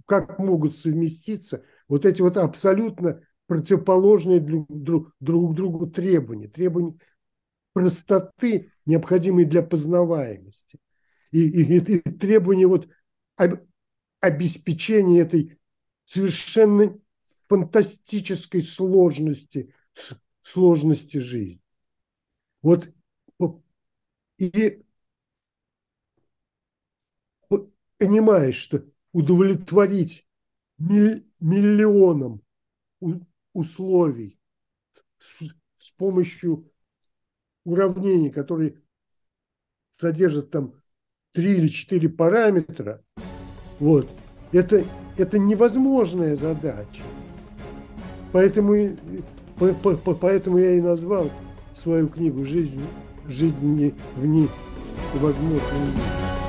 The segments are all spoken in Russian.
как могут совместиться вот эти вот абсолютно противоположные друг другу требования простоты, необходимые для познаваемости, и требования вот обеспечения этой совершенно фантастической сложности жизни. Вот и понимаешь, что удовлетворить миллионам условий с помощью уравнений, которые содержат там 3 или 4 параметра, вот, это невозможная задача. Поэтому я и назвал свою книгу «Жизнь в невозможном мире».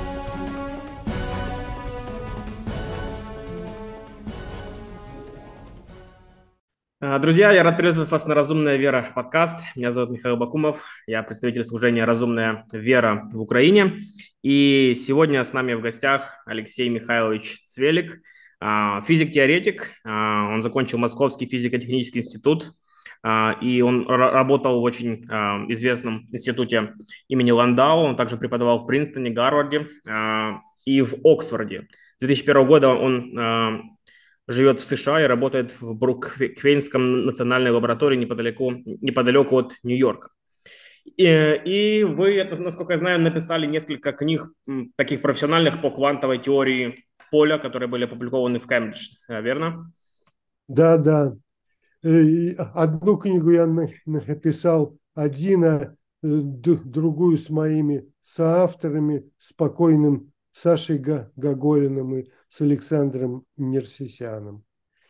Друзья, я рад приветствовать вас на «Разумная вера» подкаст. Меня зовут Михаил Бакумов, я представитель служения «Разумная вера» в Украине. И сегодня с нами в гостях Алексей Михайлович Цвелик, физик-теоретик. Он закончил Московский физико-технический институт, и он работал в очень известном институте имени Ландау. Он также преподавал в Принстоне, Гарварде и в Оксфорде. С 2001 года он живет в США и работает в Бруквейнском национальной лаборатории неподалеку от Нью-Йорка. И вы, это, насколько я знаю, написали несколько книг таких профессиональных по квантовой теории поля, которые были опубликованы в Кембридж, верно? Да. Одну книгу я написал один, а другую с моими соавторами, с покойным Сашей Гоголиным и с Александром Нерсисяном.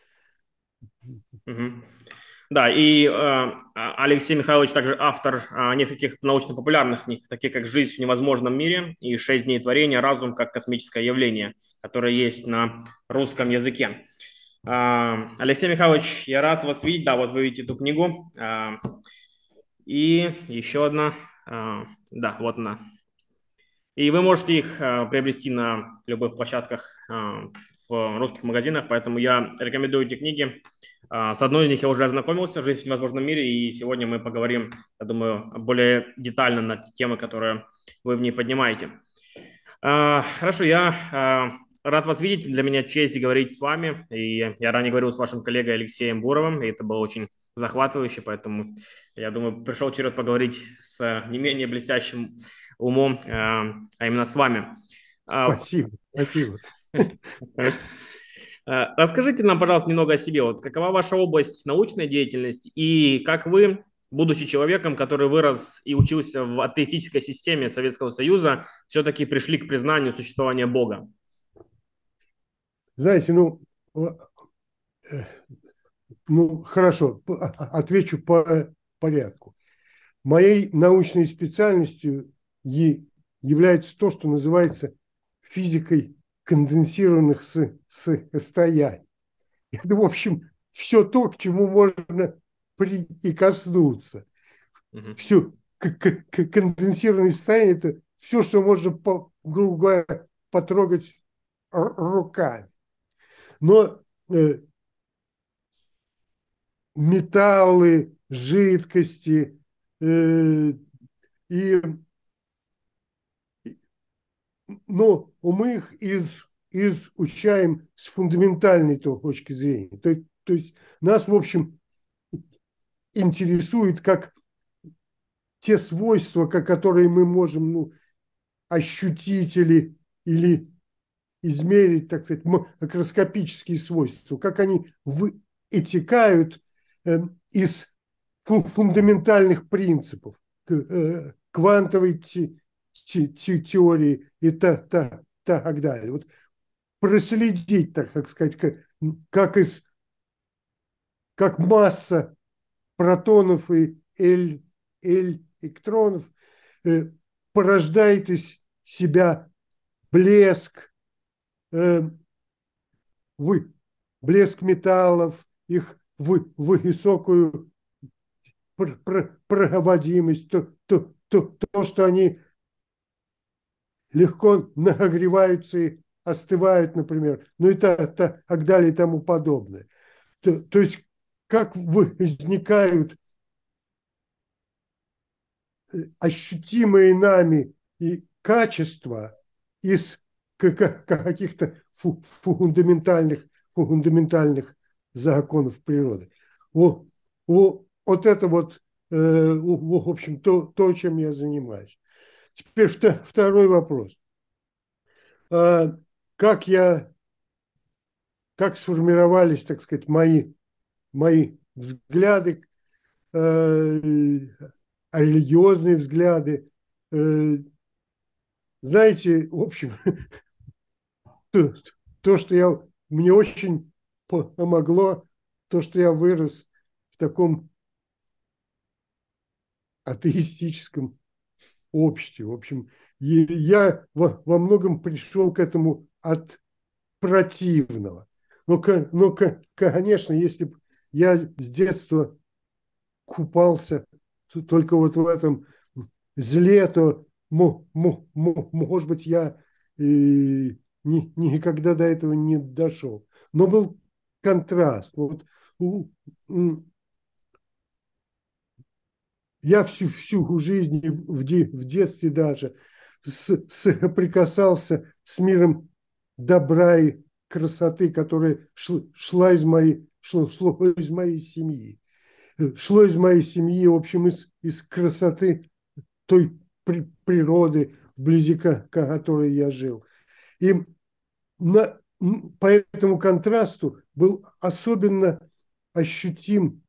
Угу. Да, и Алексей Михайлович также автор нескольких научно-популярных книг, таких как «Жизнь в невозможном мире» и «6 дней творения. Разум как космическое явление», которые есть на русском языке. Алексей Михайлович, я рад вас видеть. Да, вот вы видите эту книгу. И еще одна. Да, вот она. И вы можете их приобрести на любых площадках в русских магазинах, поэтому я рекомендую эти книги. С одной из них я уже ознакомился, «Жизнь в невозможном мире», и сегодня мы поговорим, я думаю, более детально на темы, которые вы в ней поднимаете. Хорошо, я рад вас видеть. Для меня честь говорить с вами. И я ранее говорил с вашим коллегой Алексеем Буровым, и это было очень захватывающе, поэтому, я думаю, пришел черед поговорить с не менее блестящим умом, а именно с вами. Спасибо. Расскажите нам, пожалуйста, немного о себе. Вот какова ваша область научной деятельности и как вы, будучи человеком, который вырос и учился в атеистической системе Советского Союза, все-таки пришли к признанию существования Бога? Знаете, хорошо, отвечу по порядку. Моей научной специальностью является то, что называется физикой конденсированных состояний. Это, в общем, все то, к чему можно прикоснуться. Все конденсированное состояние – это все, что можно, грубо говоря, потрогать руками. Но металлы, жидкости но мы их изучаем с фундаментальной точки зрения. То есть нас, в общем, интересует как те свойства, которые мы можем ощутить или измерить, так сказать, макроскопические свойства, как они вытекают из фундаментальных принципов квантовой теории и так далее. Вот проследить, так сказать, как масса протонов и электронов порождает из себя блеск, блеск металлов, их высокую проводимость, то, что они легко нагреваются и остывают, например, ну и так далее и тому подобное. То есть как возникают ощутимые нами и качества из каких-то фундаментальных законов природы. Вот это вот, в общем, то, чем я занимаюсь. Теперь второй вопрос. Как сформировались, так сказать, мои взгляды, религиозные взгляды. Знаете, в общем, что мне очень помогло, то, что я вырос в таком атеистическом обществе. В общем, я во многом пришел к этому от противного. Но, конечно, если бы я с детства купался только вот в этом зле, то, может быть, я никогда до этого не дошел. Но был контраст. Вот, я всю жизнь в детстве даже соприкасался с миром добра и красоты, которая шло из моей семьи. Шло из моей семьи, в общем, из красоты той природы, вблизи которой я жил. И по этому контрасту был особенно ощутим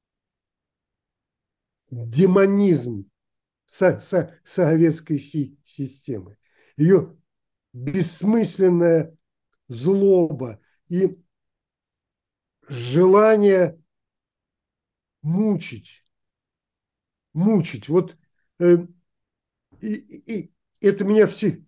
демонизм советской системы. Ее бессмысленная злоба и желание мучить. Вот и это меня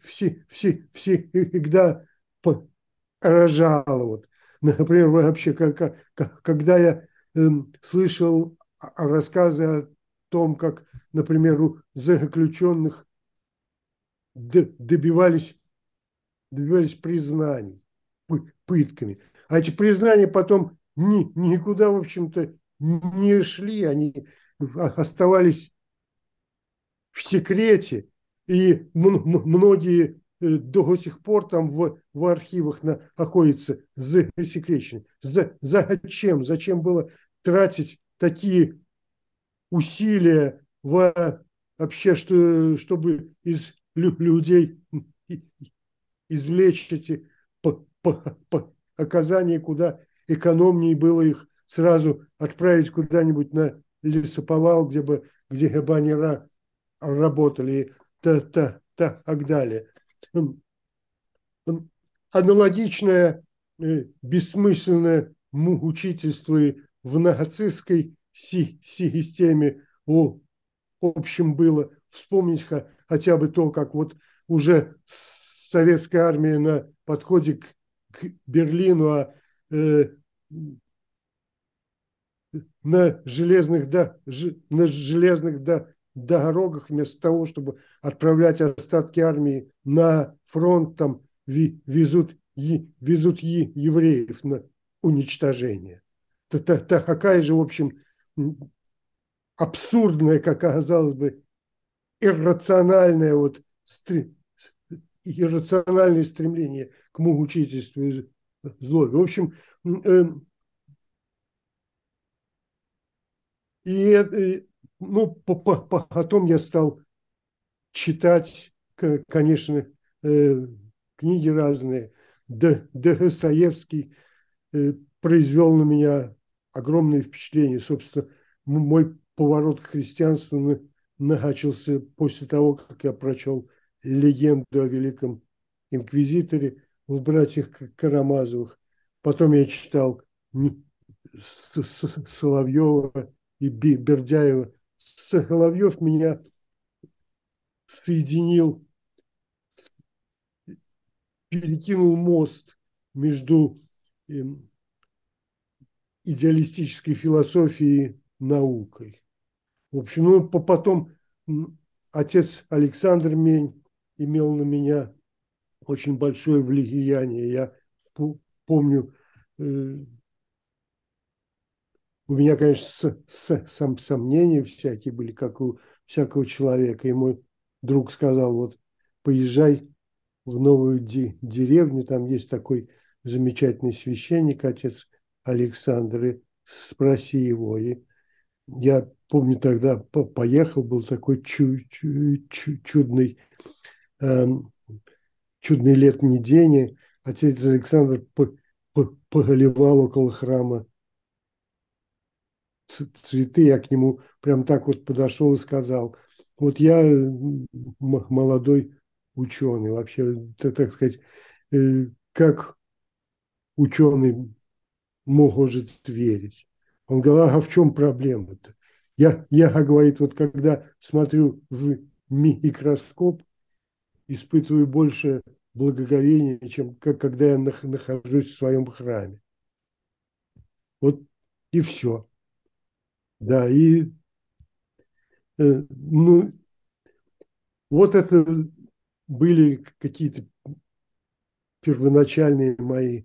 всегда поражало. Вот. Например, вообще, когда я слышал рассказы о том, как, например, у заключенных добивались признаний пытками. А эти признания потом никуда, в общем-то, не шли, они оставались в секрете, и многие до сих пор там в архивах находятся засекречены. Зачем? Зачем было тратить такие усилия вообще, чтобы из людей извлечь эти показания, куда экономнее было их сразу отправить куда-нибудь на лесоповал, где бы они работали и так далее. Аналогичное бессмысленное мучительство и в нацистской системе в общем было. Вспомнить хотя бы то, как вот уже советская армия на подходе к Берлину, на железных дорогах вместо того, чтобы отправлять остатки армии на фронт, там везут евреев на уничтожение. Такая же, в общем, абсурдная, как оказалось бы, иррациональное стремление к мучительству и злобе. В общем, потом я стал читать, конечно, книги разные. Достоевский произвел на меня огромное впечатление. Собственно, мой поворот к христианству начался после того, как я прочел легенду о великом инквизиторе в «Братьях Карамазовых». Потом я читал Соловьева и Бердяева. Соловьев меня соединил, перекинул мост между идеалистической философией и наукой. В общем, потом отец Александр Мень имел на меня очень большое влияние. Я помню, у меня, конечно, сомнения всякие были, как у всякого человека. И мой друг сказал, вот поезжай в новую деревню, там есть такой замечательный священник, отец Александр, и спроси его. И я помню, тогда поехал, был такой чудный, чудный летний день, и отец Александр поливал около храма цветы, я к нему прям так вот подошел и сказал, вот я молодой ученый, вообще, так сказать, как ученый может верить? Он говорит, а в чем проблема-то? Я, говорит, вот когда смотрю в микроскоп, испытываю больше благоговения, чем когда я нахожусь в своем храме. Вот и все. Да, и ну, вот это были какие-то первоначальные мои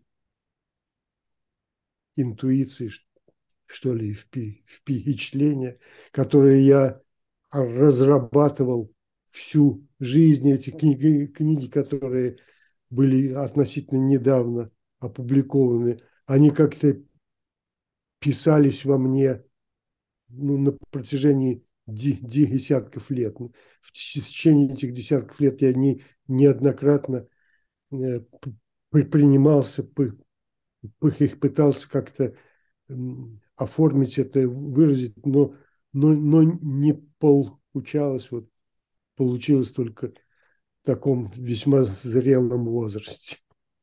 интуиции, что ли, впечатления, которые я разрабатывал всю жизнь. Эти книги, которые были относительно недавно опубликованы, они как-то писались во мне, ну, на протяжении десятков лет. В течение этих десятков лет я неоднократно принимался, их пытался как-то оформить это, выразить, но не получалось. Вот получилось только в таком весьма зрелом возрасте.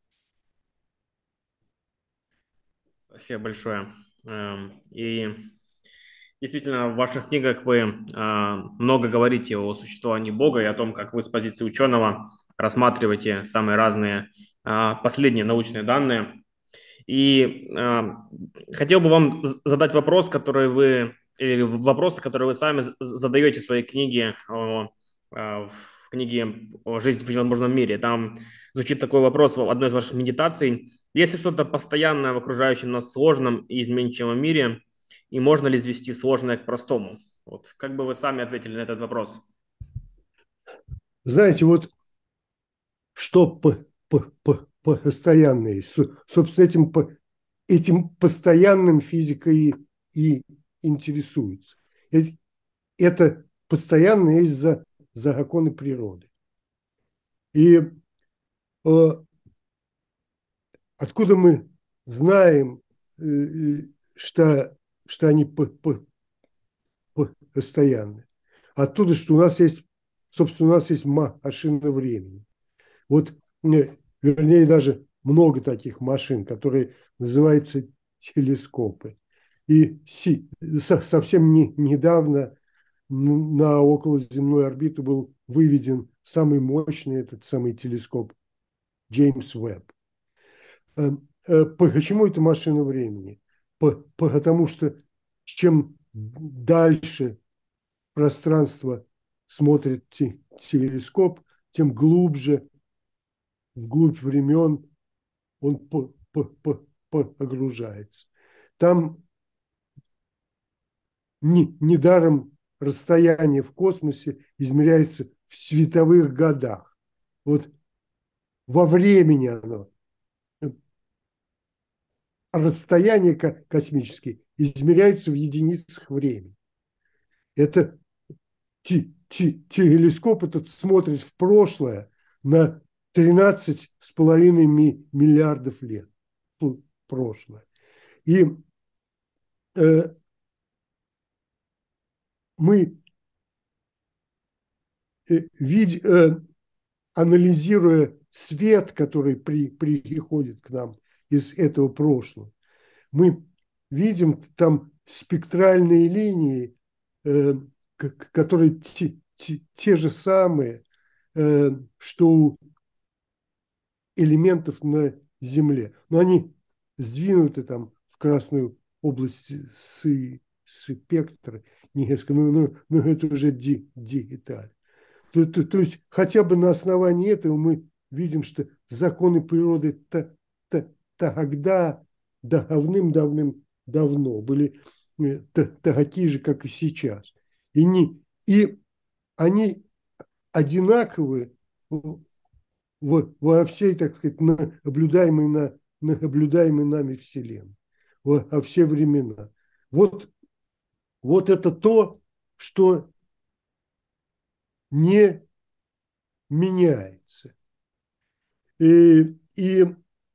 Спасибо большое. И действительно, в ваших книгах вы много говорите о существовании Бога и о том, как вы с позиции ученого рассматриваете самые разные последние научные данные. И хотел бы вам задать вопрос, который вы, или вопросы, которые вы сами задаете в своей книге, в книге о жизни в невозможном мире. Там звучит такой вопрос в одной из ваших медитаций. Есть ли что-то постоянное в окружающем нас сложном и изменчивом мире, и можно ли свести сложное к простому? Вот как бы вы сами ответили на этот вопрос? Знаете, вот что постоянное есть. Собственно, этим постоянным физика и интересуется. Это постоянно есть за законы природы. И откуда мы знаем, что они постоянны? Оттуда, что у нас есть, собственно, у нас есть машина времени. Вот, вернее, даже много таких машин, которые называются телескопы. И совсем недавно на околоземную орбиту был выведен самый мощный этот самый телескоп Джеймс Уэбб. Почему это машина времени? Потому что чем дальше пространство смотрит телескоп, тем глубже, вглубь времен он погружается. Там недаром расстояние в космосе измеряется в световых годах. Вот во времени оно. Расстояние космическое измеряется в единицах времени. Это телескоп этот смотрит в прошлое на 13,5 миллиардов лет в прошлое. И мы, анализируя свет, который приходит к нам из этого прошлого, мы видим там спектральные линии, которые те же самые, что у элементов на Земле. Но они сдвинуты там в красную область спектра несколько, но это уже деталь. То есть хотя бы на основании этого мы видим, что законы природы тогда, давным-давным-давно, были такие же, как и сейчас. И они одинаковы во всей, так сказать, наблюдаемой нами Вселенной, во все времена. Вот это то, что не меняется. И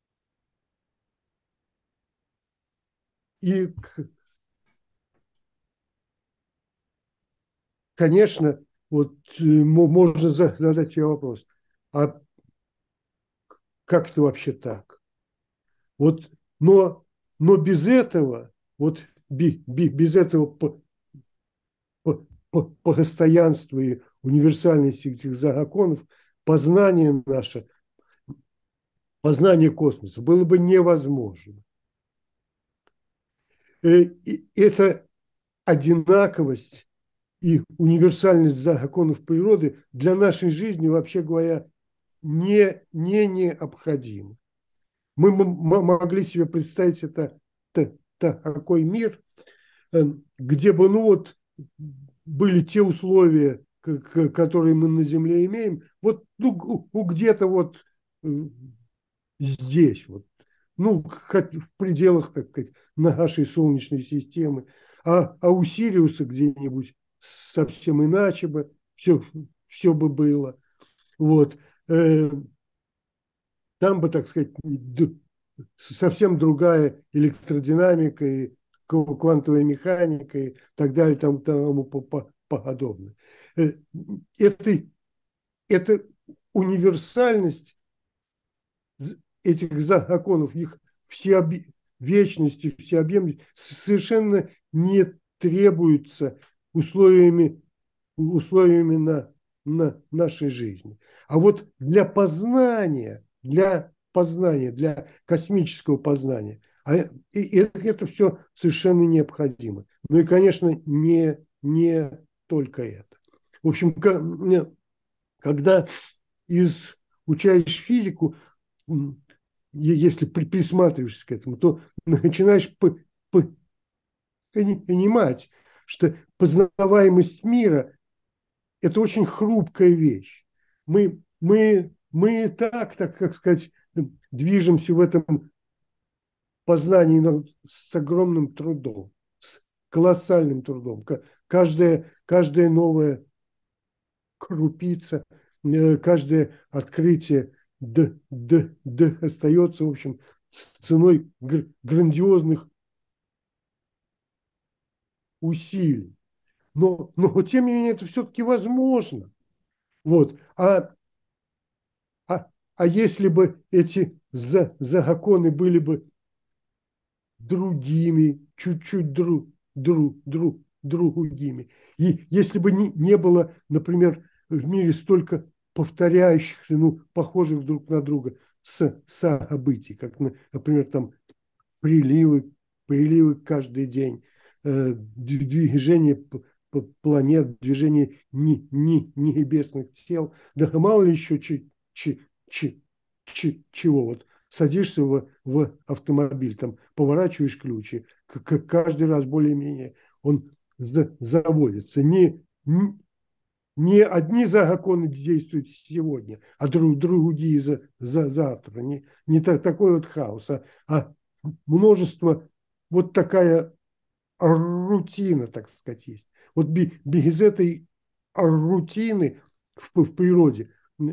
конечно, вот можно задать себе вопрос, а как это вообще так? Вот, но без этого, вот без этого постоянства и универсальности этих законов, познание наше, познание космоса было бы невозможно. Это одинаковость и универсальность законов природы для нашей жизни, вообще говоря, не необходимы. Мы могли себе представить такой мир, где бы, ну вот, были те условия, которые мы на Земле имеем, вот, ну, где-то вот здесь, вот, ну, в пределах, так сказать, нашей Солнечной системы, а у Сириуса где-нибудь совсем иначе бы все бы было. Вот. Там бы, так сказать, совсем другая электродинамика и квантовая механика и так далее, тому подобное. Это, это универсальность этих законов, их вечности, всеобъемлющей совершенно не требуется условиями на нашей жизни. А вот для космического познания, это все совершенно необходимо. Ну и, конечно, не только это. В общем, когда изучаешь физику, если присматриваешься к этому, то начинаешь понимать, что познаваемость мира – это очень хрупкая вещь. Мы так, как сказать, движемся в этом познании с огромным трудом, с колоссальным трудом. Каждая новая крупица, каждое открытие остается, в общем, с ценой грандиозных усилий. Но тем не менее, это все-таки возможно. Вот. А если бы эти законы были бы другими, чуть-чуть другими, и если бы не было, например, в мире столько повторяющихся, ну, похожих друг на друга событий, как, например, там приливы каждый день, движение планет, движение небесных тел, да мало ли еще чего. Вот садишься в автомобиль, там поворачиваешь ключи, каждый раз более-менее он заводится. Не одни законы действуют сегодня, а другие завтра. Не такой вот хаос, а множество, вот такая рутина, так сказать, есть. Вот без этой рутины в природе,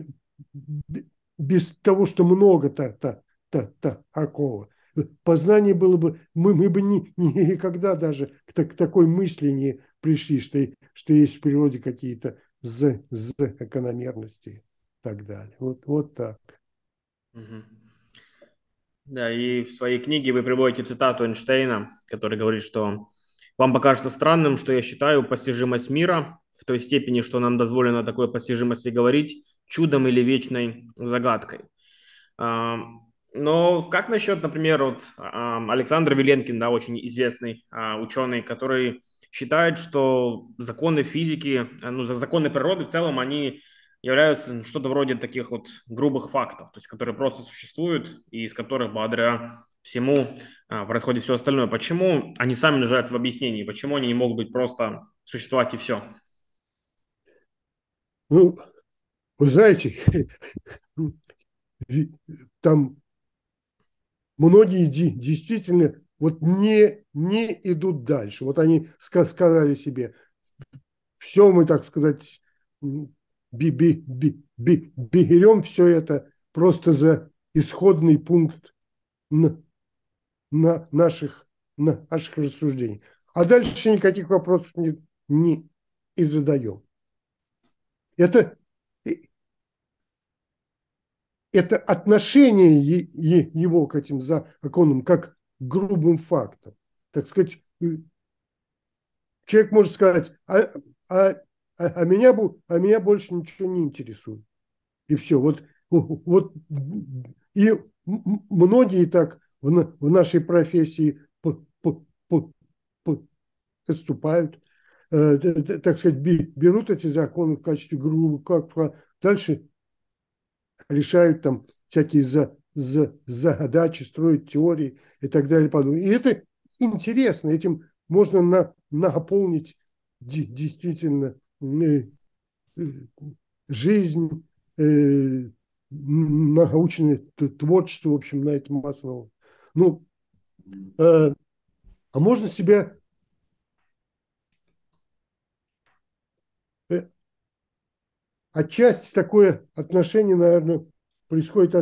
без того, что много такого, познание было бы, мы бы никогда даже к такой мысли не пришли, что есть в природе какие-то закономерности и так далее. Вот так. Мгм. Да, и в своей книге вы приводите цитату Эйнштейна, который говорит, что вам покажется странным, что я считаю постижимость мира в той степени, что нам дозволено такой постижимости говорить, чудом или вечной загадкой. Но как насчет, например, вот Александр Виленкин, да, очень известный ученый, который считает, что законы физики, ну, законы природы в целом, они являются что-то вроде таких вот грубых фактов, то есть которые просто существуют и из которых благодаря всему происходит все остальное. Почему они сами нуждаются в объяснении? Почему они не могут быть просто существовать и все? Ну, вы знаете, там многие действительно вот не идут дальше. Вот они сказали себе, все мы, так сказать, берем все это просто за исходный пункт на, на наших рассуждений. А дальше никаких вопросов не и задаем. Это, это отношение его к этим законам как к грубым фактам. Так сказать, человек может сказать, а, а меня больше ничего не интересует. И все. Вот и многие так в нашей профессии поступают, так сказать, берут эти законы в качестве грубых, как дальше решают там всякие задачи, строят теории и так далее. И это интересно, этим можно наполнить действительно жизнь, научное творчество, в общем, на этом основе. Ну, а можно себя отчасти такое отношение, наверное, происходит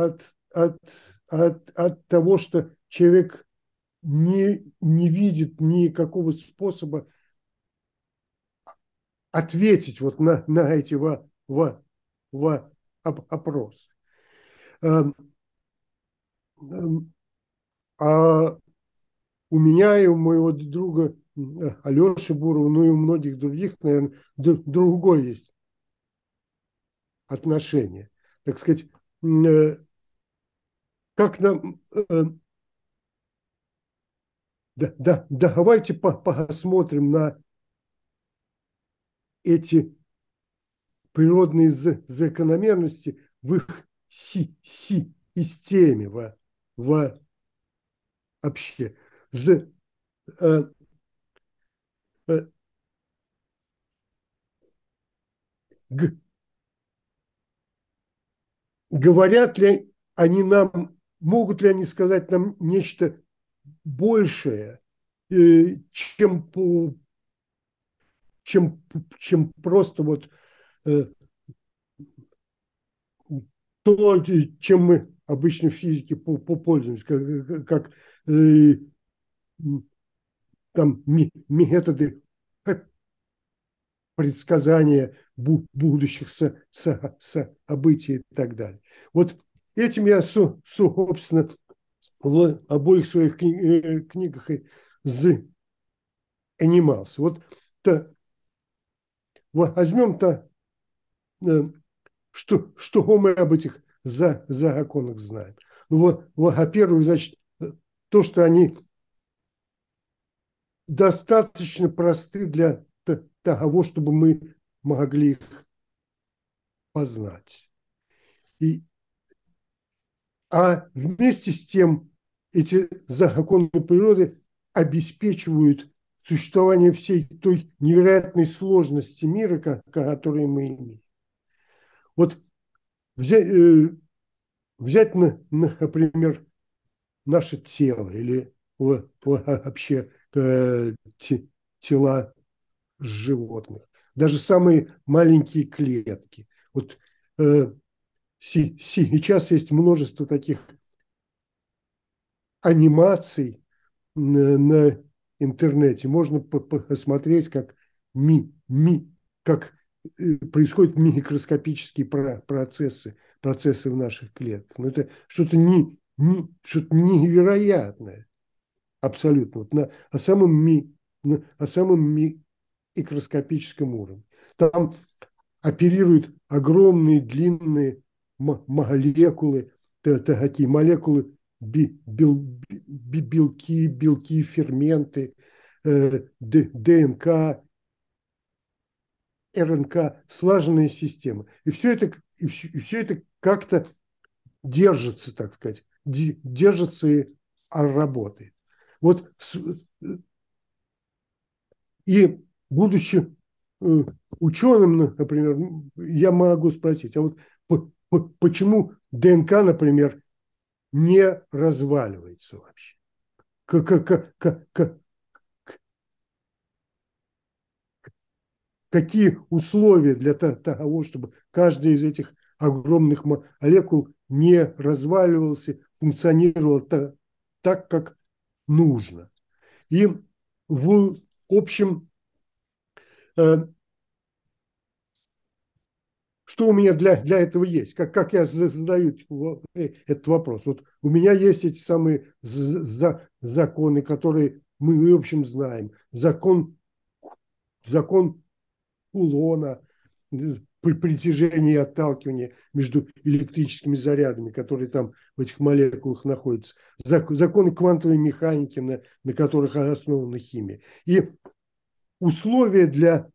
от того, что человек не видит никакого способа ответить вот на эти опросы. А у меня и у моего друга Алеши Бурова, ну и у многих других, наверное, другое есть отношение. Так сказать, как нам... Давайте посмотрим на эти природные закономерности в их системе вообще. Говорят ли они нам, могут ли они сказать нам нечто большее, чем, чем просто вот то, чем мы обычно в физике пользуемся, как там методы предсказания будущих событий и так далее. Вот этим я, собственно, в обоих своих книгах и занимался. Вот возьмем-то, что мы об этих законах знаем. Ну, во-первых, значит, то, что они достаточно просты для того, чтобы мы могли их познать. А вместе с тем эти законы природы обеспечивают существование всей той невероятной сложности мира, который мы имеем. Вот взять например, наше тело или вообще тела животных, даже самые маленькие клетки. Вот сейчас есть множество таких анимаций на интернете. Можно посмотреть, как, как происходят микроскопические процессы в наших клетках. Но это что-то что-то невероятное абсолютно. Вот на самом микроскопическом уровне. Там оперируют огромные длинные молекулы, такие молекулы, белки, ферменты, ДНК, РНК, слаженные системы. И все это как-то держится, так сказать, держится и работает. Вот и будучи ученым, например, я могу спросить, а вот почему ДНК, например, не разваливается вообще? Какие условия для того, чтобы каждый из этих огромных молекул не разваливался, функционировал так, как нужно? И в общем, что у меня для этого есть? Как я задаю этот вопрос? Вот у меня есть эти самые законы, которые мы, в общем, знаем. Закон Кулона, притяжения и отталкивания между электрическими зарядами, которые там в этих молекулах находятся. Законы квантовой механики, на которых основана химия. И условия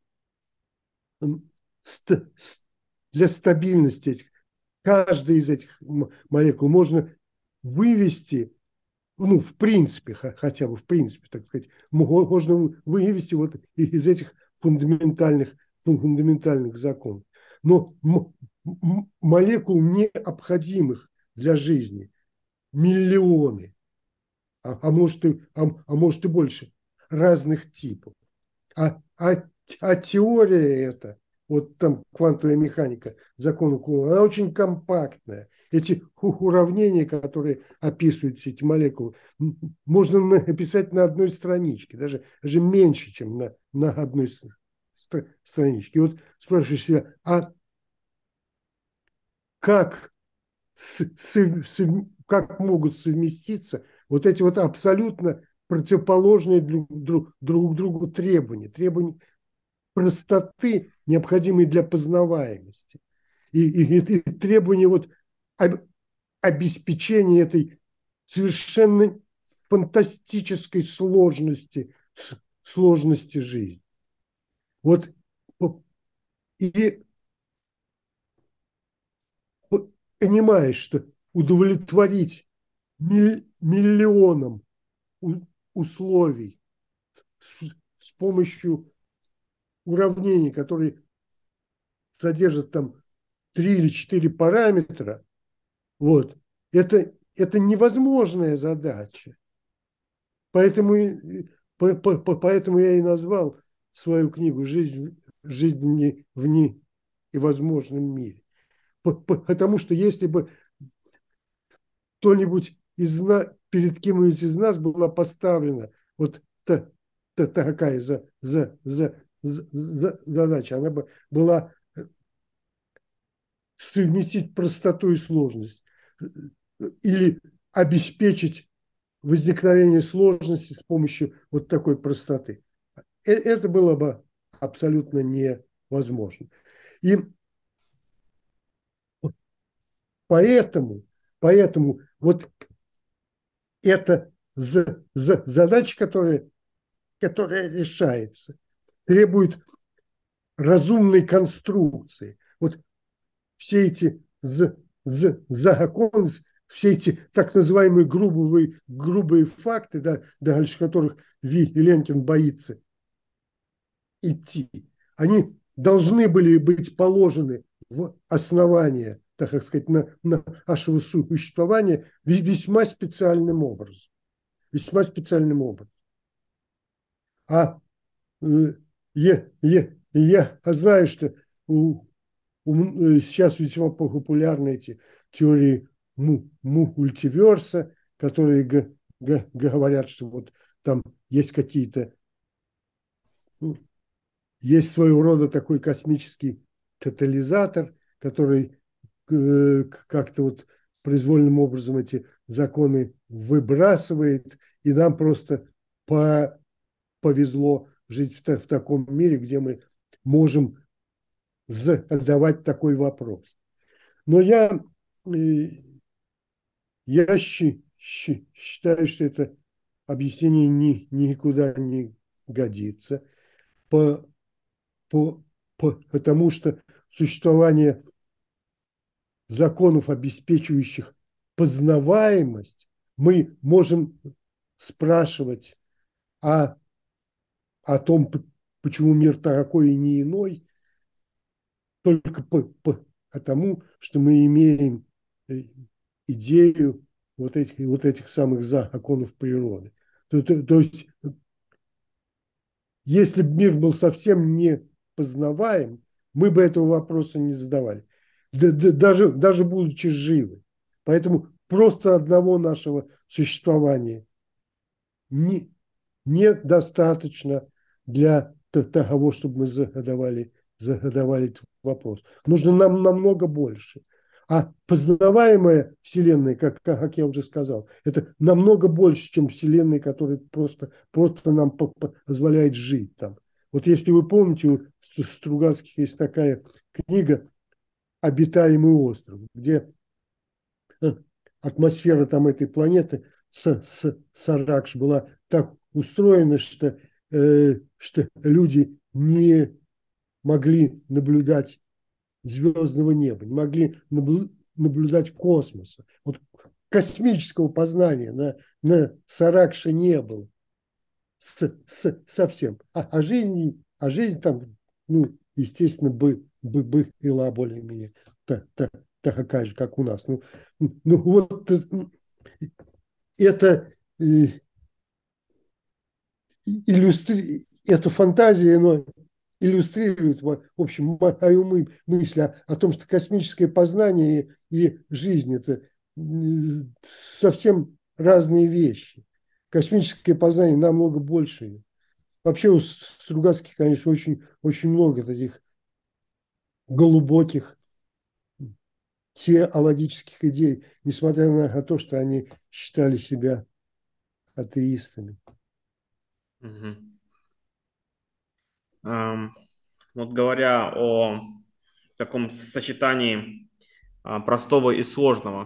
для стабильности этих, каждой из этих молекул можно вывести, ну, в принципе, хотя бы в принципе, так сказать, можно вывести вот из этих фундаментальных законов. Но молекул, необходимых для жизни, миллионы, может а может и больше, разных типов. А теория эта, вот там квантовая механика, закон Кулона, она очень компактная. Эти уравнения, которые описывают все эти молекулы, можно написать на одной страничке, даже меньше, чем на одной страничке. И вот спрашиваешь себя, а как, как могут совместиться вот эти вот абсолютно противоположные друг другу требования простоты, необходимой для познаваемости, и требования вот обеспечения этой совершенно фантастической сложности жизни. Вот и понимаешь, что удовлетворить миллионам условий с помощью уравнений, которые содержат там 3 или 4 параметра, вот, это невозможная задача. Поэтому я и назвал свою книгу «Жизнь в невозможном мире». Потому что если бы кто-нибудь из нас, перед кем-нибудь из нас была поставлена вот такая задача, она бы была совместить простоту и сложность или обеспечить возникновение сложности с помощью вот такой простоты. Это было бы абсолютно невозможно. И поэтому вот эта задача, которая решается, требует разумной конструкции. Вот все эти законы, все эти так называемые грубые факты, да, дальше которых Виленкин боится идти, они должны были быть положены в основание, так сказать, на нашего существования весьма специальным образом. Весьма специальным образом. А я знаю, что сейчас весьма популярны эти теории мультиверса, которые говорят, что вот там есть какие-то, есть своего рода такой космический катализатор, который как-то вот произвольным образом эти законы выбрасывает, и нам просто повезло жить в таком мире, где мы можем задавать такой вопрос. Но я считаю, что это объяснение никуда не годится. потому что существование законов, обеспечивающих познаваемость, мы можем спрашивать о, о том, почему мир такой и не иной, только потому, что мы имеем идею вот этих самых законов природы. То есть, если бы мир был совсем не познаваем, мы бы этого вопроса не задавали, даже будучи живы. Поэтому просто одного нашего существования не, недостаточно для того, чтобы мы задавали этот вопрос. Нужно нам намного больше. А познаваемая Вселенная, как я уже сказал, это намного больше, чем Вселенная, которая просто нам позволяет жить там. Вот если вы помните, у Стругацких есть такая книга «Обитаемый остров», где атмосфера там этой планеты Саракш была так устроена, что люди не могли наблюдать звездного неба, не могли наблюдать космоса. Вот космического познания на Саракше не было совсем. А жизнь там, ну, естественно, была более-менее такая же, как у нас. Ну вот это эта фантазия, но иллюстрирует, в общем, мою мысль о том, что космическое познание и жизнь – это совсем разные вещи. Космическое познание намного больше. Вообще у Стругацких, конечно, очень много таких глубоких теологических идей, несмотря на то, что они считали себя атеистами. Мгм. Вот говоря о таком сочетании простого и сложного,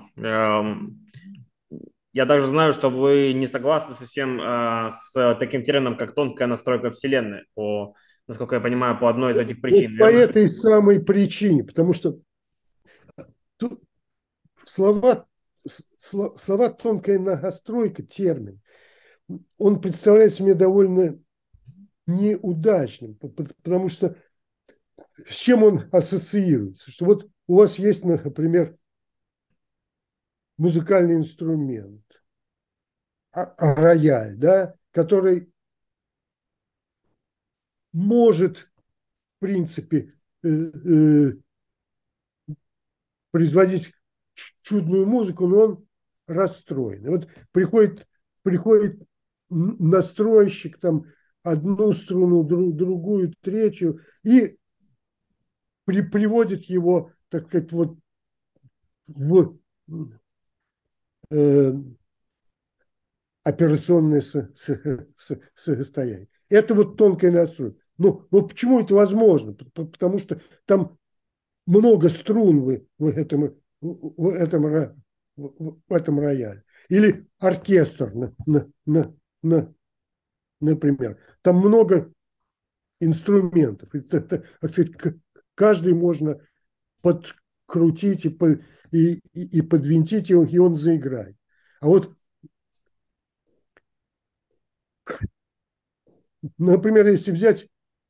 я даже знаю, что вы не согласны совсем с таким термином, как тонкая настройка Вселенной, насколько я понимаю, по одной из этих причин, Вот по верно? этой самой причине, потому что слова, слова тонкая настройка, термин, он представляется мне довольно неудачным, потому что с чем он ассоциируется? Что вот у вас есть, например, музыкальный инструмент, рояль, да, который может, в принципе, производить чудную музыку, но он расстроен. И вот приходит настройщик, там, одну струну, другую, третью, и приводит его, так сказать, вот в э, операционное состояние. Это вот тонкая настройка. Ну почему это возможно? Потому что там много струн в этом рояле. Или оркестр, например. Там много инструментов. И, так сказать, каждый можно подкрутить и подвинтить, и он заиграет. А вот, например, если взять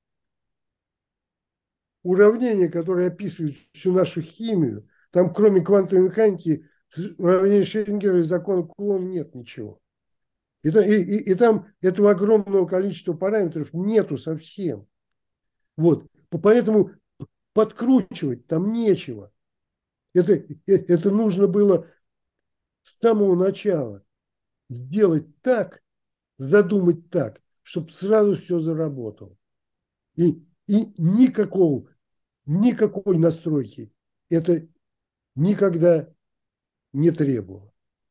уравнения, которые описывают всю нашу химию, там кроме квантовой механики, уравнения Шрёдингера и закона Кулона нет ничего. И там этого огромного количества параметров нету совсем. Вот. Поэтому подкручивать там нечего. Это нужно было с самого начала сделать так, задумать так, чтобы сразу все заработало. И никакой настройки это никогда не требовало.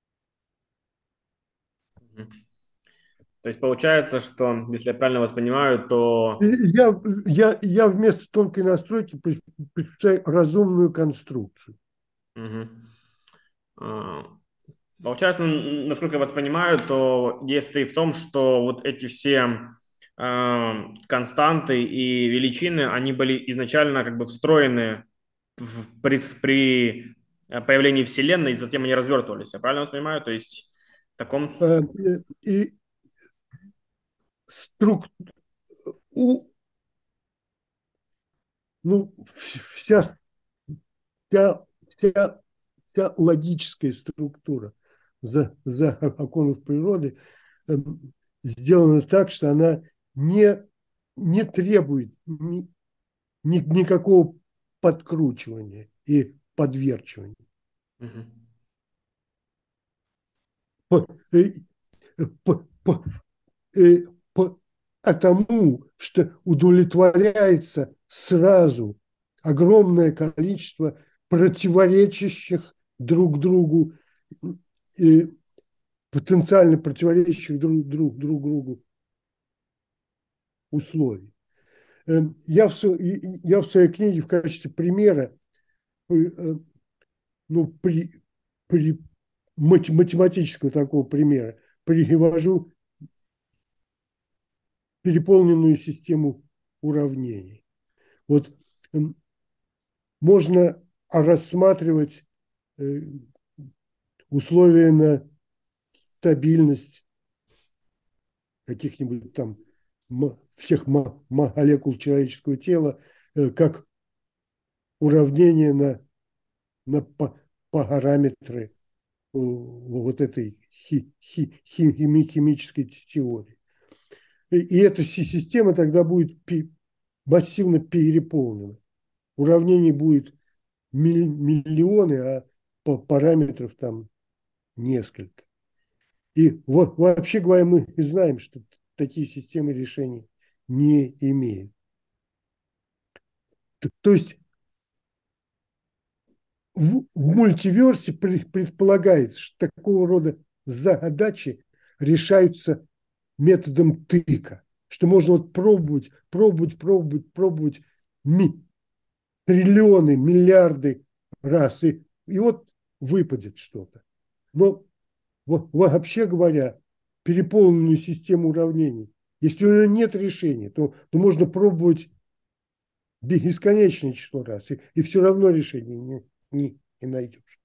То есть получается, что, если я правильно вас понимаю, то Я вместо тонкой настройки предпочитаю разумную конструкцию. мгм. А, Получается, насколько я вас понимаю, то действие в том, что вот эти все константы и величины, они были изначально как бы встроены при появлении Вселенной, и затем они развертывались. Я правильно вас понимаю? То есть в таком... И струк... у... ну, вся, вся, вся, вся логическая структура законов природы сделана так, что она не требует никакого подкручивания и подверчивания. Мгм. По, э, по, по, э, Потому что удовлетворяется сразу огромное количество противоречащих друг другу, э, потенциально противоречащих друг другу условий. Я в своей книге в качестве примера, ну, при математического такого примера привожу переполненную систему уравнений. Вот можно рассматривать условия на стабильность каких-нибудь там всех молекул человеческого тела как уравнение на параметры вот этой химической теории. И эта система тогда будет массивно переполнена. Уравнений будет миллионы, а параметров там несколько. И вот, вообще говоря, мы знаем, что такие системы решений не имеют. То есть в мультиверсе предполагается, что такого рода задачи решаются методом тыка, что можно вот пробовать триллионы, миллиарды раз, и вот выпадет что-то. Но вообще говоря, переполненную систему уравнений, если у нее нет решения, то можно пробовать бесконечное число раз, и все равно решение не найдешь.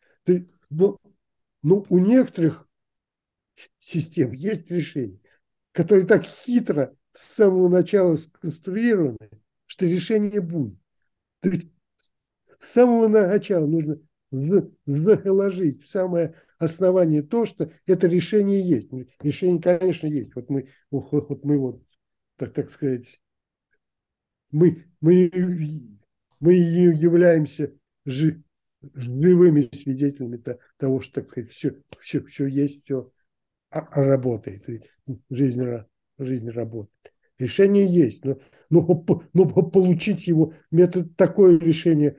Но у некоторых систем есть решения, которые так хитро с самого начала сконструированы, что решение будет. То есть с самого начала нужно заложить в самое основание то, что это решение есть. Решение, конечно, есть. Вот мы так сказать, мы, мы, мы являемся живыми свидетелями того, что, так сказать, все есть, все работает. И жизнь работает. Решение есть, но получить его, такое решение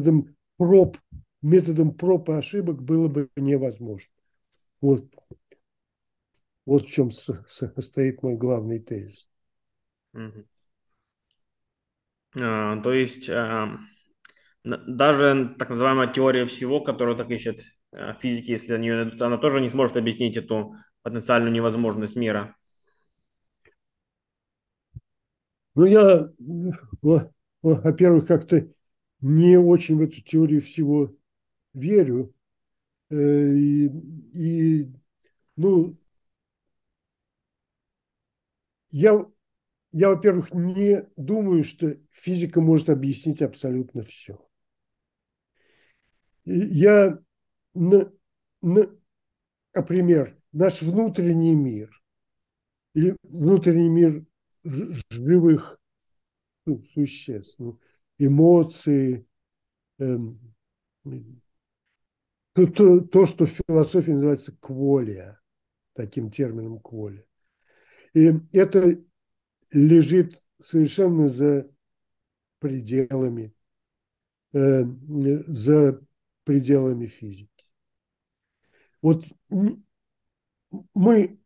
методом проб и ошибок было бы невозможно. Вот, вот в чем состоит мой главный тезис. Мгм. То есть даже так называемая теория всего, которую так ищет физики, если они ее найдут, она тоже не сможет объяснить эту потенциальную невозможность мира. Ну, я, во-первых, как-то не очень в эту теорию всего верю. И ну, я, во-первых, не думаю, что физика может объяснить абсолютно все. Я, например, наш внутренний мир или внутренний мир живых существ, эмоции, эм, что в философии называется кволия, таким термином кволия. И это лежит совершенно пределами, за пределами физики. Вот мы,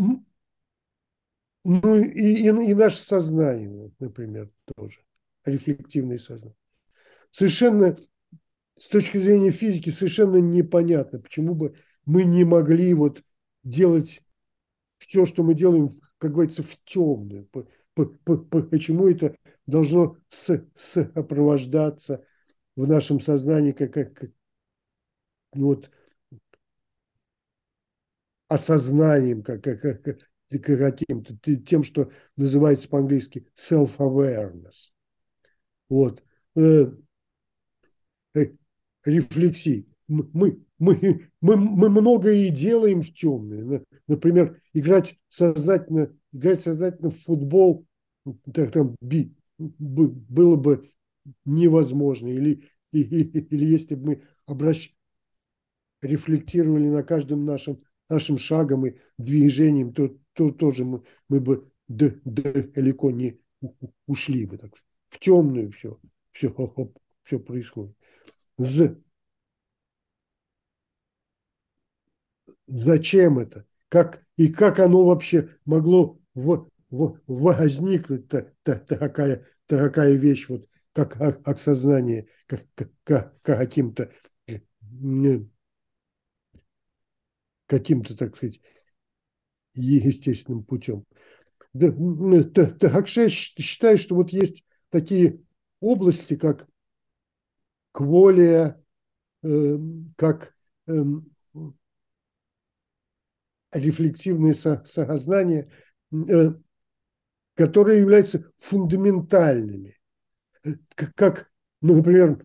ну и наше сознание, например, тоже, рефлективное сознание. Совершенно, с точки зрения физики, совершенно непонятно, почему бы мы не могли вот делать все, что мы делаем как говорится, в темную. Почему это должно сопровождаться в нашем сознании ну вот, осознанием, каким-то, тем, что называется по-английски self-awareness. Вот. Э, Рефлексии. Мы многое и делаем в темную. Например, играть сознательно в футбол так, там, было бы невозможно. Или если бы мы рефлектировали на каждом нашим шагом и движением, то тоже мы бы далеко не ушли бы. Так, в темную все происходит. Зачем это? Как оно вообще могло возникнуть, такая вещь, вот, как сознание, каким-то каким-то, так сказать, естественным путем. Да, так что я считаю, что вот есть такие области, как кволия, как рефлективное сознание, которые являются фундаментальными, как, ну, например,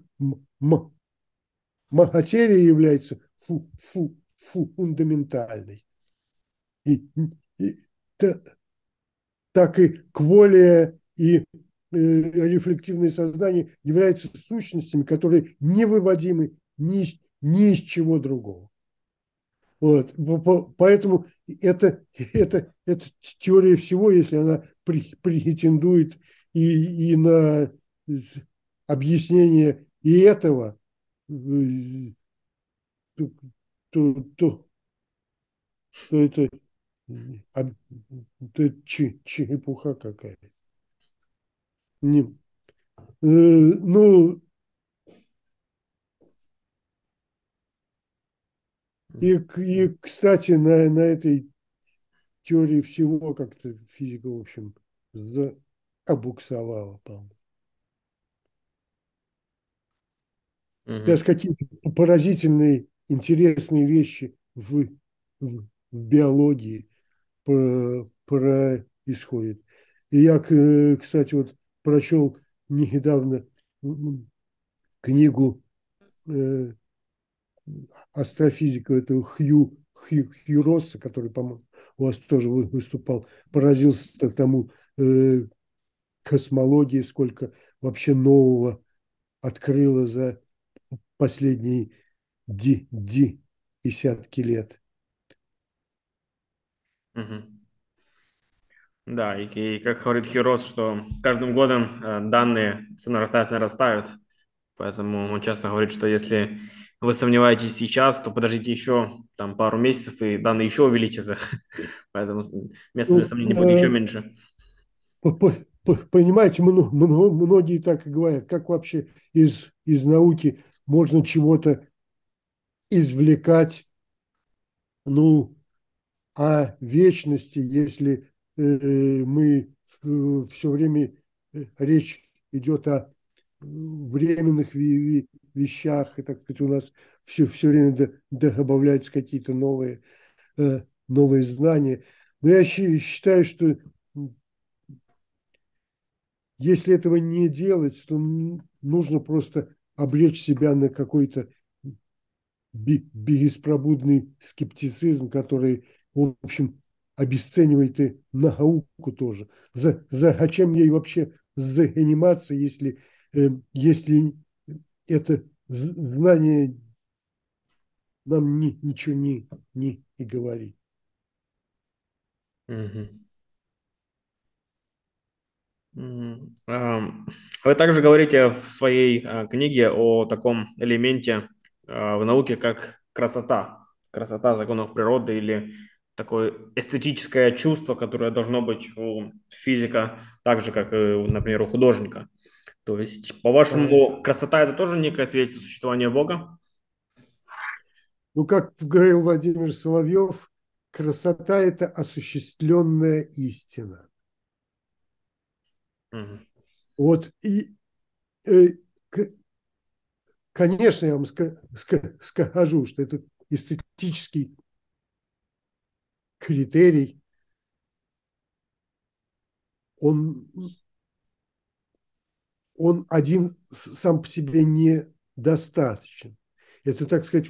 материя является фундаментальной. И, и, так и кволия и рефлективное сознание являются сущностями, которые невыводимы ни из чего другого. Вот. Поэтому это теория всего, если она претендует и на объяснение и этого, то, то, то, то это, это чепуха какая-то. Ну, кстати, на этой теории всего как-то физика, в общем, обуксовала, по-моему. Сейчас какие-то поразительные, интересные вещи в биологии происходят. И я, кстати, вот прочел недавно книгу астрофизика этого Хью Росса, который, по-моему, у вас тоже выступал, поразился тому космологии, сколько вообще нового открыла за последние десятки лет. Да, и как говорит Хирос, что с каждым годом данные все нарастают, нарастают. Поэтому он часто говорит, что если вы сомневаетесь сейчас, то подождите еще там пару месяцев, и данные еще увеличатся. Поэтому места для Ну, сомнений будет еще меньше. понимаете, многие так и говорят, как вообще из науки можно чего-то извлекать, ну, о вечности, если мы все время речь идет о временных вещах, и, так сказать, у нас все время добавляются какие-то новые знания. Но я считаю, что если этого не делать, то нужно просто обречь себя на какой-то беспробудный скептицизм, который, в общем, обесценивает и науку тоже. Зачем ей вообще заниматься, если это знание нам ничего не и говорит. Вы также говорите в своей книге о таком элементе в науке, как красота. Красота законов природы или такое эстетическое чувство, которое должно быть у физика, так же, как и, например, у художника. То есть, по-вашему, красота – это тоже некое свидетельство существования Бога? Ну, как говорил Владимир Соловьев, красота – это осуществленная истина. Мгм. Вот и, э, конечно, я вам скажу, что это эстетический критерий, он один сам по себе недостаточен. Это, так сказать,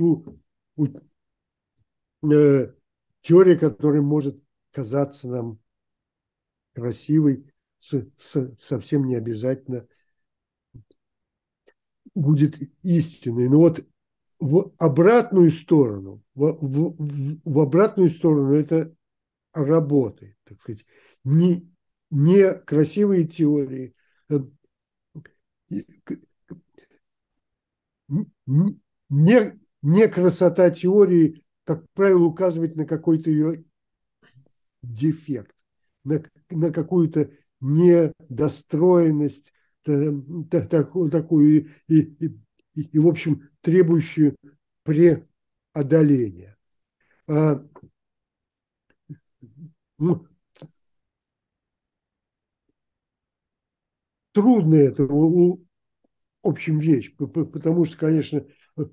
теория, которая может казаться нам красивой, совсем не обязательно будет истиной. Но вот в обратную сторону, в обратную сторону это работает, так сказать. Не красивые теории, не красота теории, как правило, указывает на какой-то ее дефект, на какую-то недостроенность, такую в общем, требующую преодоления. Ну, трудно это в общем вещь, потому что, конечно,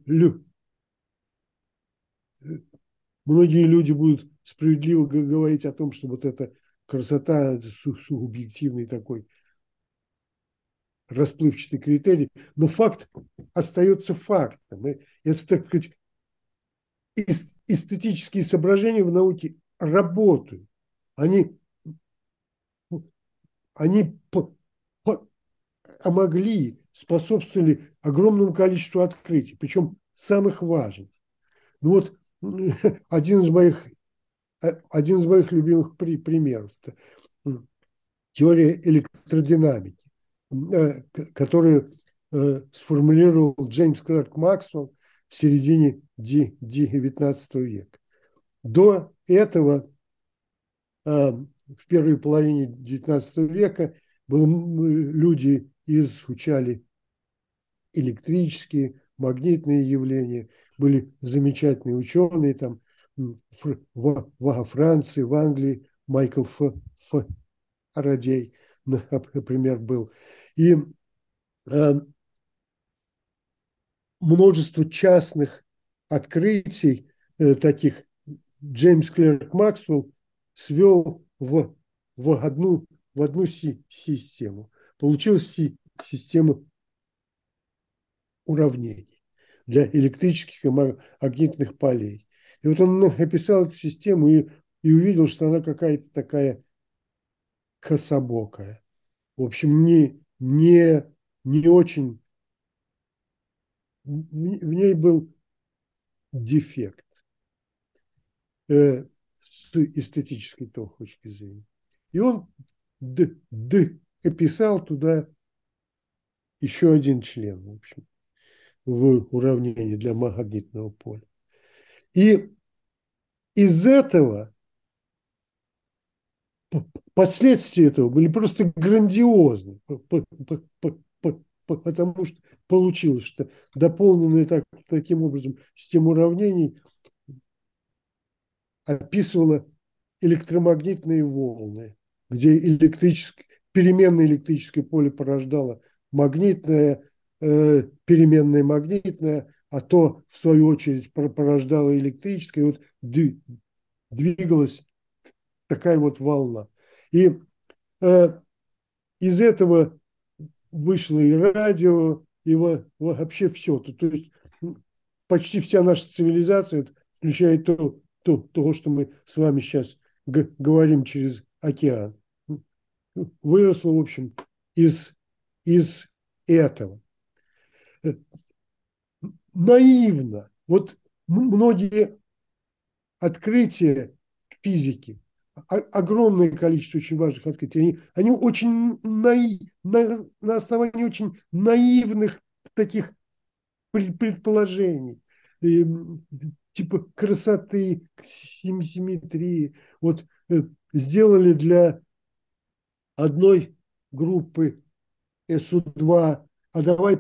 многие люди будут справедливо говорить о том, что вот эта красота субъективный такой расплывчатый критерий, но факт остается фактом. И это, так сказать, эстетические соображения в науке работают. Они, они помогли, способствовали огромному количеству открытий, причем самых важных. Ну вот один из моих любимых примеров – теория электродинамики, которую сформулировал Джеймс Клерк Максвелл в середине XIX века. До этого, в первой половине XIX века, люди изучали электрические, магнитные явления, были замечательные ученые там во Франции, в Англии, Майкл Фарадей, например, был. И множество частных открытий таких Джеймс Клерк Максвелл свел в одну систему. Получилась система уравнений для электрических и магнитных полей. И вот он описал эту систему и увидел, что она какая-то такая кособокая. В общем, не очень... В ней был дефект с эстетической точки зрения. И он описал туда еще один член, в общем, в уравнении для магнитного поля. И из этого последствия этого были просто грандиозны, потому что получилось, что дополненная таким образом система уравнений описывала электромагнитные волны, где переменное электрическое поле порождало магнитное, переменное магнитное, а то, в свою очередь, порождало электрическое, и вот двигалась такая вот волна. И из этого вышло и радио, и вообще все. То есть почти вся наша цивилизация, включая то, что мы с вами сейчас говорим через океан, выросла, в общем, из этого. Наивно. Вот многие открытия физики, огромное количество очень важных открытий, они очень на основании очень наивных таких предположений, типа красоты, симметрии. Вот сделали для одной группы СУ-2, а давай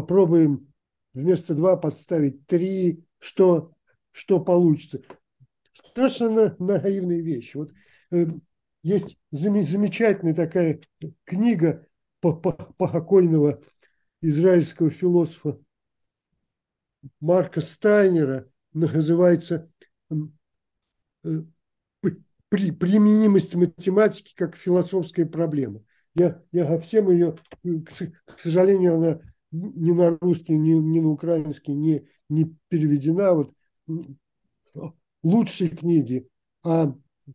попробуем вместо 2 подставить 3, что получится. страшно наивные вещи. Вот э, есть замечательная такая книга покойного израильского философа Марка Стайнера, называется э, «Применимость математики как философская проблема». Я всем ее, к сожалению, она ни на русский, ни на украинский не переведена. Вот лучшие книги о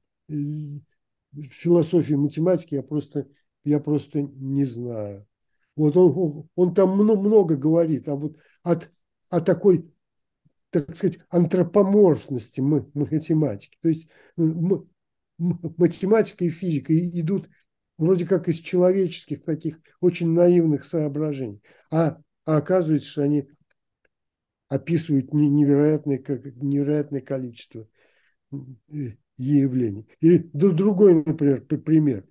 философии математики я просто не знаю. Вот он там много говорит, а вот о такой, так сказать, антропоморфности математики. То есть математика и физика идут вроде как из человеческих таких очень наивных соображений, а оказывается, что они описывают невероятное количество явлений. И другой, например, пример.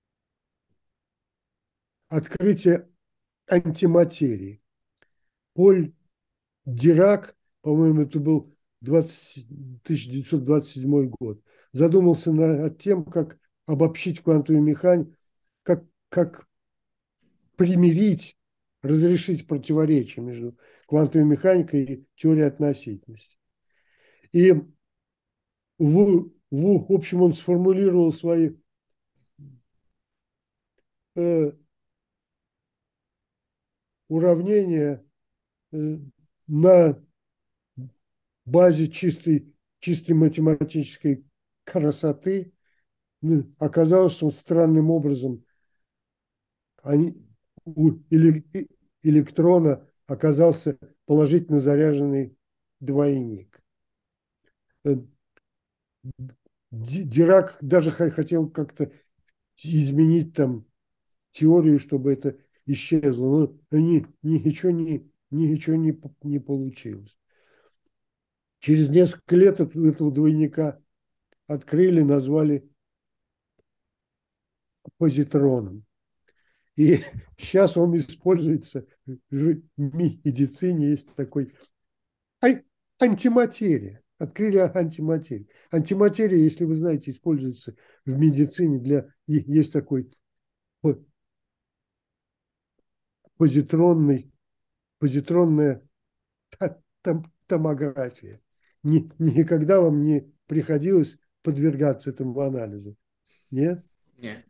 Открытие антиматерии. Поль Дирак, по-моему, это был 1927 год, задумался над тем, как обобщить квантовую механику, как примирить, разрешить противоречие между квантовой механикой и теорией относительности. И в общем он сформулировал свои уравнения на базе чистой математической красоты. Оказалось, что странным образом у электрона оказался положительно заряженный двойник. Дирак даже хотел как-то изменить там теорию, чтобы это исчезло, но ничего не получилось. Через несколько лет этого двойника открыли, назвали позитроном. И сейчас он используется в медицине. Есть такой антиматерия. Открыли антиматерию. Антиматерия, если вы знаете, используется в медицине для... Есть такой позитронная томография. Никогда вам не приходилось подвергаться этому анализу? Нет? Нет.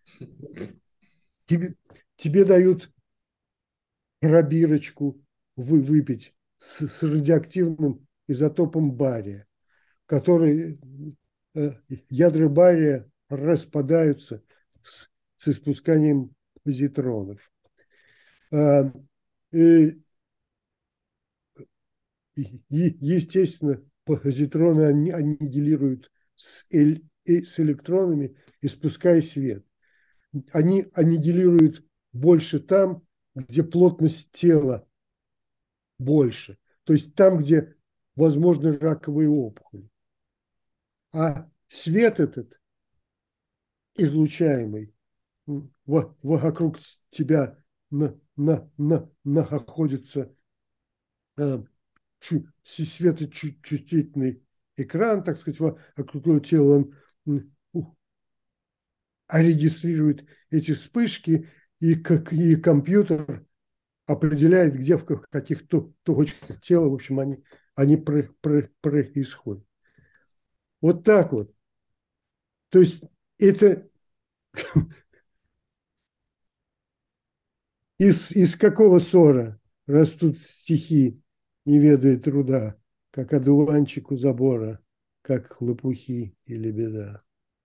Тебе дают пробирочку выпить с радиоактивным изотопом бария, который ядра бария распадаются с испусканием позитронов. И, естественно, позитроны аннигилируют с электронами, испуская свет. Они аннигилируют больше там, где плотность тела больше. То есть там, где возможны раковые опухоли. А свет этот, излучаемый, вокруг тебя находится светочувствительный экран, так сказать, вокруг его тела он регистрирует эти вспышки, и компьютер определяет, где в каких точках тела, в общем, они происходят. Вот так вот. То есть это из какого ссора растут стихи, не ведая труда, как одуванчик у забора, как лопухи или беда.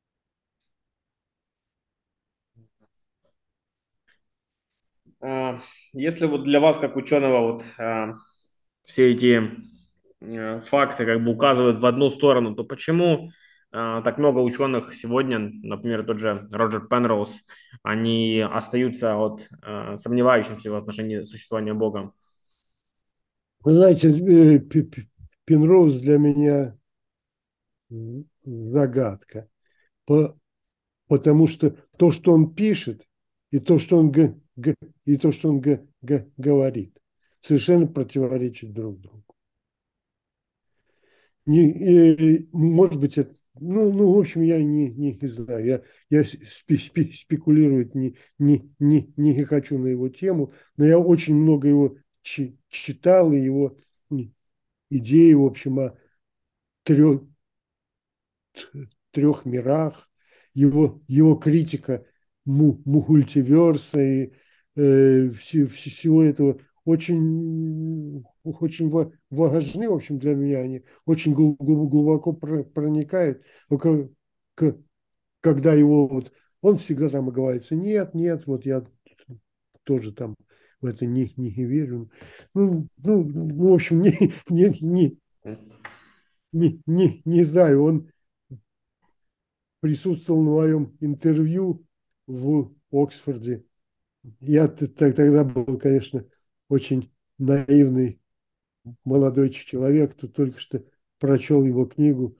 Если вот для вас, как ученого, вот все эти факты как бы указывают в одну сторону, то почему так много ученых сегодня, например, тот же Роджер Пенроуз, они остаются вот, сомневающимся в отношении существования Бога? Вы знаете, Пенроуз для меня загадка, потому что то, что он пишет, и то, что он, и то, что он говорит, совершенно противоречат друг другу. Может быть, это в общем, я не знаю. Я спекулировать не хочу на его тему, но я очень много его читал, и его идеи, в общем, о трех, трех мирах, его критика мультиверса и всего этого очень важны, в общем, для меня. Они очень глубоко проникают. Но когда его вот, он всегда там оговаривается, нет, вот я тоже там в это не верю. В общем, не знаю, он присутствовал на моем интервью в Оксфорде. Я тогда был, конечно, очень наивный молодой человек, кто только что прочел его книгу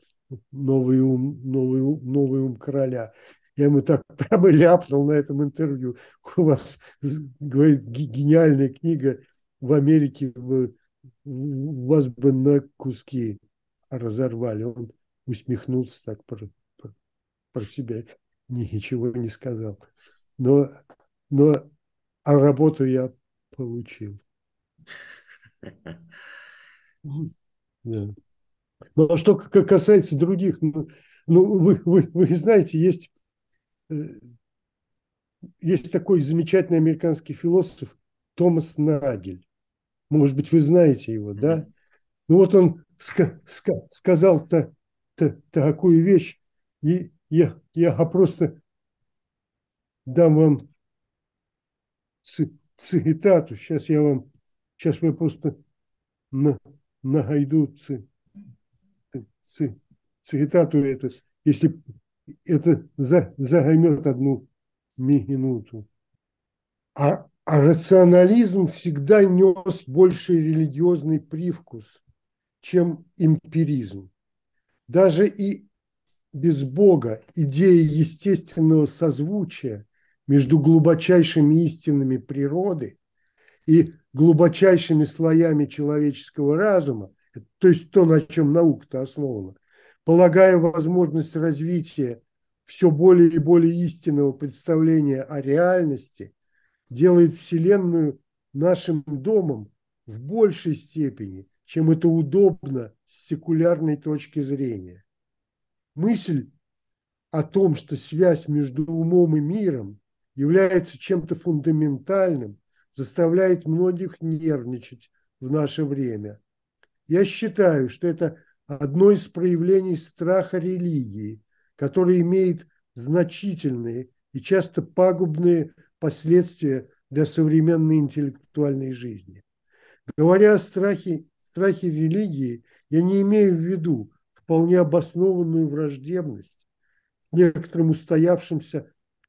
Новый ум короля». Я ему так прямо ляпнул на этом интервью: у вас, говорит, гениальная книга, в Америке вас бы на куски разорвали. Он усмехнулся так про себя, ничего не сказал. Но, но а работу я получил. Да. Ну, а что касается других, вы знаете, есть такой замечательный американский философ Томас Нагель. Может быть, вы знаете его, да? Ну вот он сказал такую вещь, и я просто дам вам цитату. Сейчас я просто на, найду цитату эту, если это займет одну минуту. А рационализм всегда нес больший религиозный привкус, чем эмпиризм. Даже и без Бога идея естественного созвучия между глубочайшими истинами природы и глубочайшими слоями человеческого разума, то есть то, на чем наука-то основана, полагая возможность развития все более и более истинного представления о реальности, делает Вселенную нашим домом в большей степени, чем это удобно с секулярной точки зрения. Мысль о том, что связь между умом и миром является чем-то фундаментальным, заставляет многих нервничать в наше время. Я считаю, что это одно из проявлений страха религии, который имеет значительные и часто пагубные последствия для современной интеллектуальной жизни. Говоря о страхе религии, я не имею в виду вполне обоснованную враждебность некоторым устоявшимся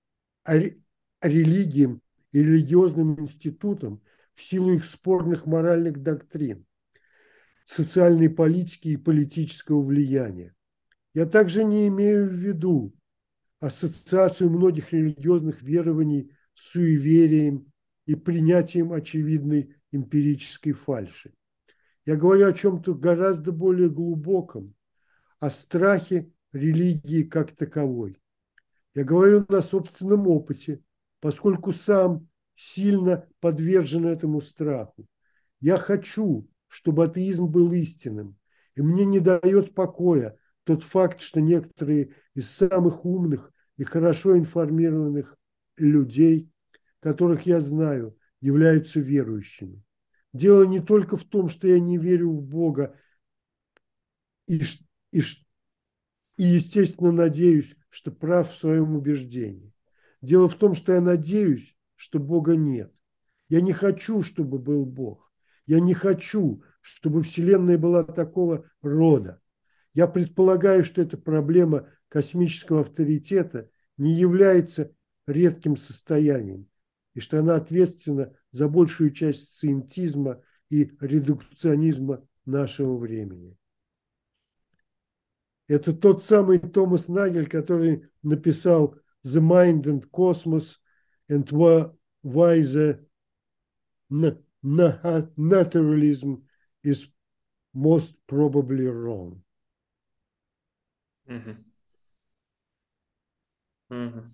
религиям и религиозным институтам в силу их спорных моральных доктрин, социальной политики и политического влияния. Я также не имею в виду ассоциацию многих религиозных верований с суеверием и принятием очевидной эмпирической фальши. Я говорю о чем-то гораздо более глубоком, о страхе религии как таковой. Я говорю на собственном опыте, поскольку сам сильно подвержен этому страху. Я хочу, чтобы атеизм был истинным, и мне не дает покоя тот факт, что некоторые из самых умных и хорошо информированных людей, которых я знаю, являются верующими. Дело не только в том, что я не верю в Бога и, и, и естественно, надеюсь, что прав в своем убеждении. Дело в том, что я надеюсь, что Бога нет. Я не хочу, чтобы был Бог. Я не хочу, чтобы Вселенная была такого рода. Я предполагаю, что эта проблема космического авторитета не является редким состоянием, и что она ответственна за большую часть сциентизма и редукционизма нашего времени. Это тот самый Томас Нагель, который написал «The Mind and Cosmos and Why the Naturalism is Most Probably Wrong». Мгм.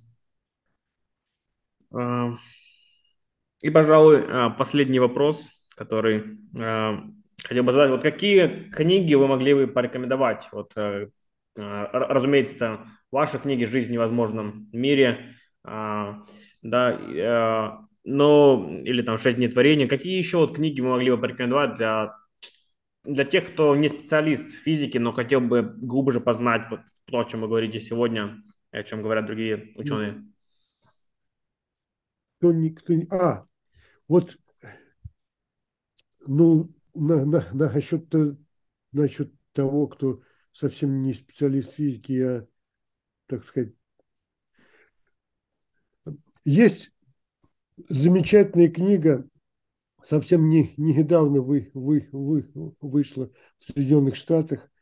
А, И, пожалуй, последний вопрос, который хотел бы задать. Вот какие книги вы могли бы порекомендовать? Вот, разумеется, это ваши книги «Жизнь в невозможном мире», да, но, или там «Шесть дней творения». Какие еще вот книги вы могли бы порекомендовать для тех, кто не специалист в физике, но хотел бы глубже познать вот то, о чем вы говорите сегодня, и о чем говорят другие Ну, ученые? вот, ну, насчет того, кто совсем не специалист физики, я, так сказать, есть замечательная книга, совсем недавно вышла в Соединенных Штатах,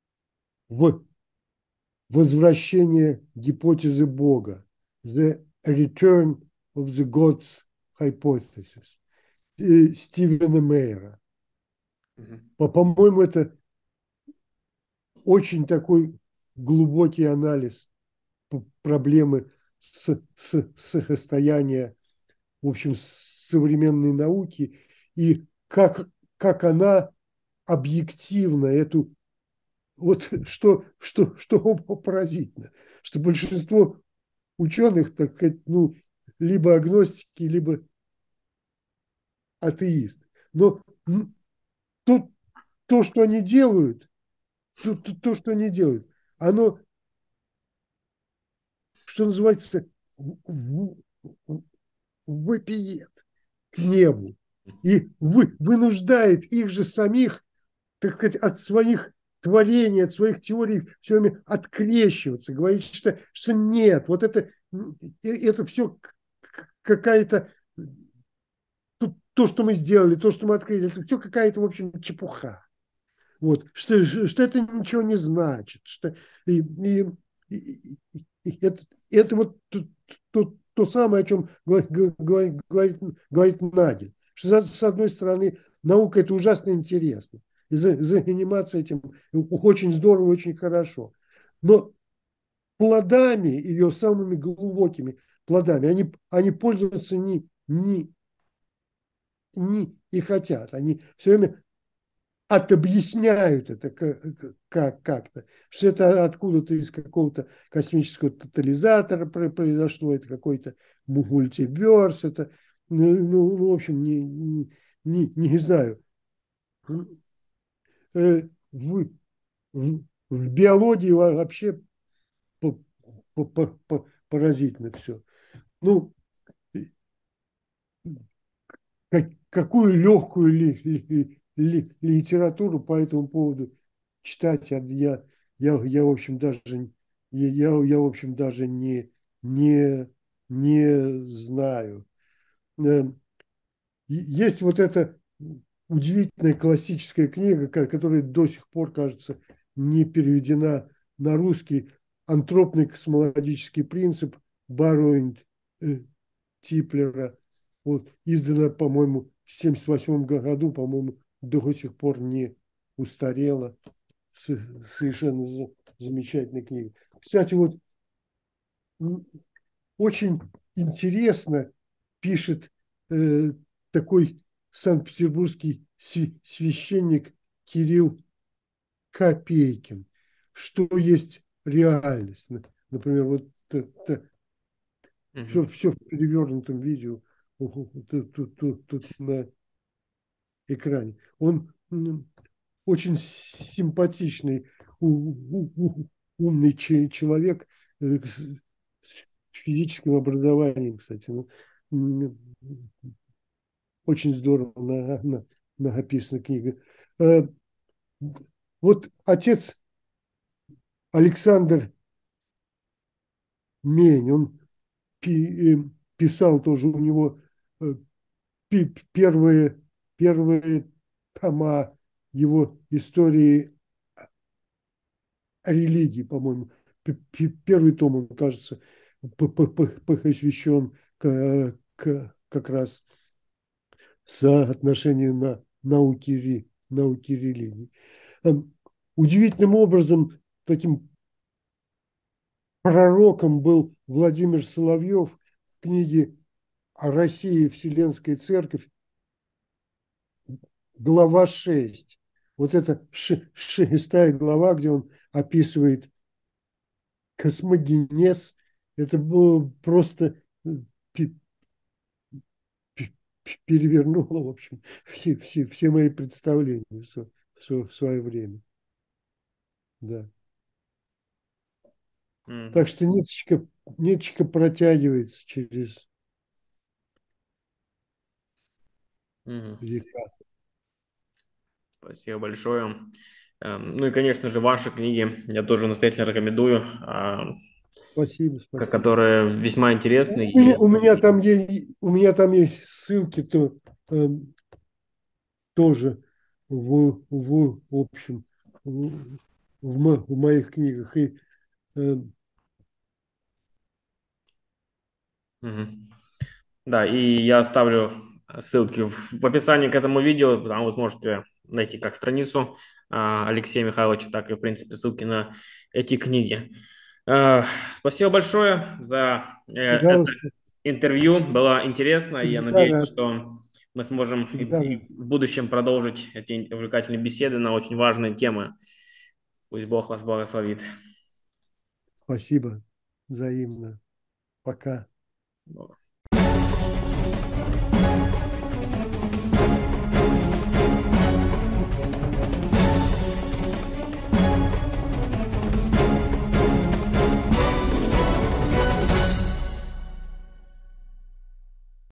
«Возвращение гипотезы Бога», «The Return of the God's Hypothesis» Стивена Мейера. Мгм. По-моему, это очень такой глубокий анализ проблемы состояния, в общем, современной науки и как она объективно эту вот что поразительно, что большинство ученых, так сказать, ну, либо агностики, либо атеисты. Но то, то, что они делают, что они делают, оно, что называется, вопиет к небу и вынуждает их же самих, так сказать, от своих творений, от своих теорий все время открещиваться, говорить, что нет, вот это все какая-то то, что мы сделали, то, что мы открыли, это все какая-то, в общем, чепуха. Вот, что это ничего не значит, что и это вот то самое, о чем говорит Нагель. Что с одной стороны, наука это ужасно интересно, и заниматься этим очень здорово, очень хорошо. Но плодами, ее самыми глубокими плодами, они пользоваться не хотят. Они все время отобъясняют это как-то, что это откуда-то из какого-то космического тотализатора произошло, это какой-то мультиверс, это, в общем, не знаю. В, в биологии вообще поразительно все. Ну, какую легкую литературу по этому поводу читать, в общем, даже, в общем, даже не знаю. Есть вот эта удивительная классическая книга, которая до сих пор, кажется, не переведена на русский, «Антропный космологический принцип» Барроу Типлера, вот, издана, по-моему, в 1978 году, по-моему, до сих пор не устарела. Совершенно замечательная книга. Кстати, вот очень интересно пишет такой санкт-петербургский священник Кирилл Копейкин, что есть реальность. Например, вот Мгм. все в перевернутом видео тут на экране. Он очень симпатичный, умный человек с физическим образованием, кстати. Очень здорово написана книга. Э, Вот отец Александр Мень, он писал тоже, у него э, первые, первые тома его истории о религии, по-моему. Первый том, он, кажется, посвящен как раз соотношению на науки и религии. Удивительным образом, таким пророком был Владимир Соловьев в книге о России и Вселенской Церковь, глава 6. Вот это шестая глава, где он описывает космогенез. Это было просто перевернуло, в общем, все мои представления в свое время. Да. Так что ниточка протягивается через века. Спасибо большое. Ну и, конечно же, ваши книги я тоже настоятельно рекомендую, Спасибо, спасибо. которые весьма интересны. У меня там есть ссылки э, тоже в общем в моих книгах. И э, Мгм. Да, и я оставлю ссылки в описании к этому видео, там вы сможете найти как страницу Алексея Михайловича, так и, в принципе, ссылки на эти книги. Э, Спасибо большое за это пожалуйста, интервью. Было интересно, и я всегда надеюсь, рад, что мы сможем всегда и рад. в будущем продолжить эти увлекательные беседы на очень важные темы. Пусть Бог вас благословит. Спасибо взаимно. Пока.